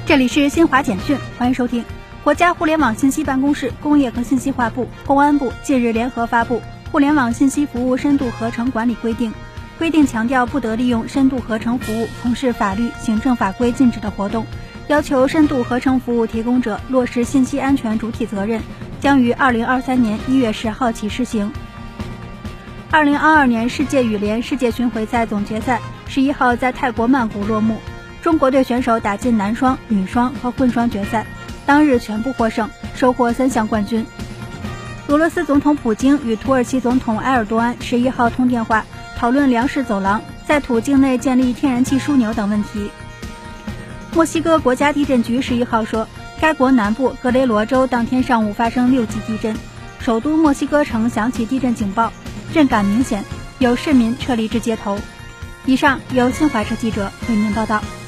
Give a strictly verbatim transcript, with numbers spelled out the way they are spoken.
这里是新华简讯，欢迎收听。国家互联网信息办公室、工业和信息化部、公安部近日联合发布《互联网信息服务深度合成管理规定》，规定强调不得利用深度合成服务从事法律、行政法规禁止的活动，要求深度合成服务提供者落实信息安全主体责任，将于二零二三年一月十号起施行。二零二二年世界羽联世界巡回赛总决赛十一号在泰国曼谷落幕，中国队选手打进男双、女双和混双决赛，当日全部获胜，收获三项冠军。俄罗斯总统普京与土耳其总统埃尔多安十一号通电话，讨论粮食走廊、在土境内建立天然气枢纽等问题。墨西哥国家地震局十一号说，该国南部格雷罗州当天上午发生六级地震，首都墨西哥城响起地震警报，震感明显，有市民撤离至街头。以上由新华社记者为您报道。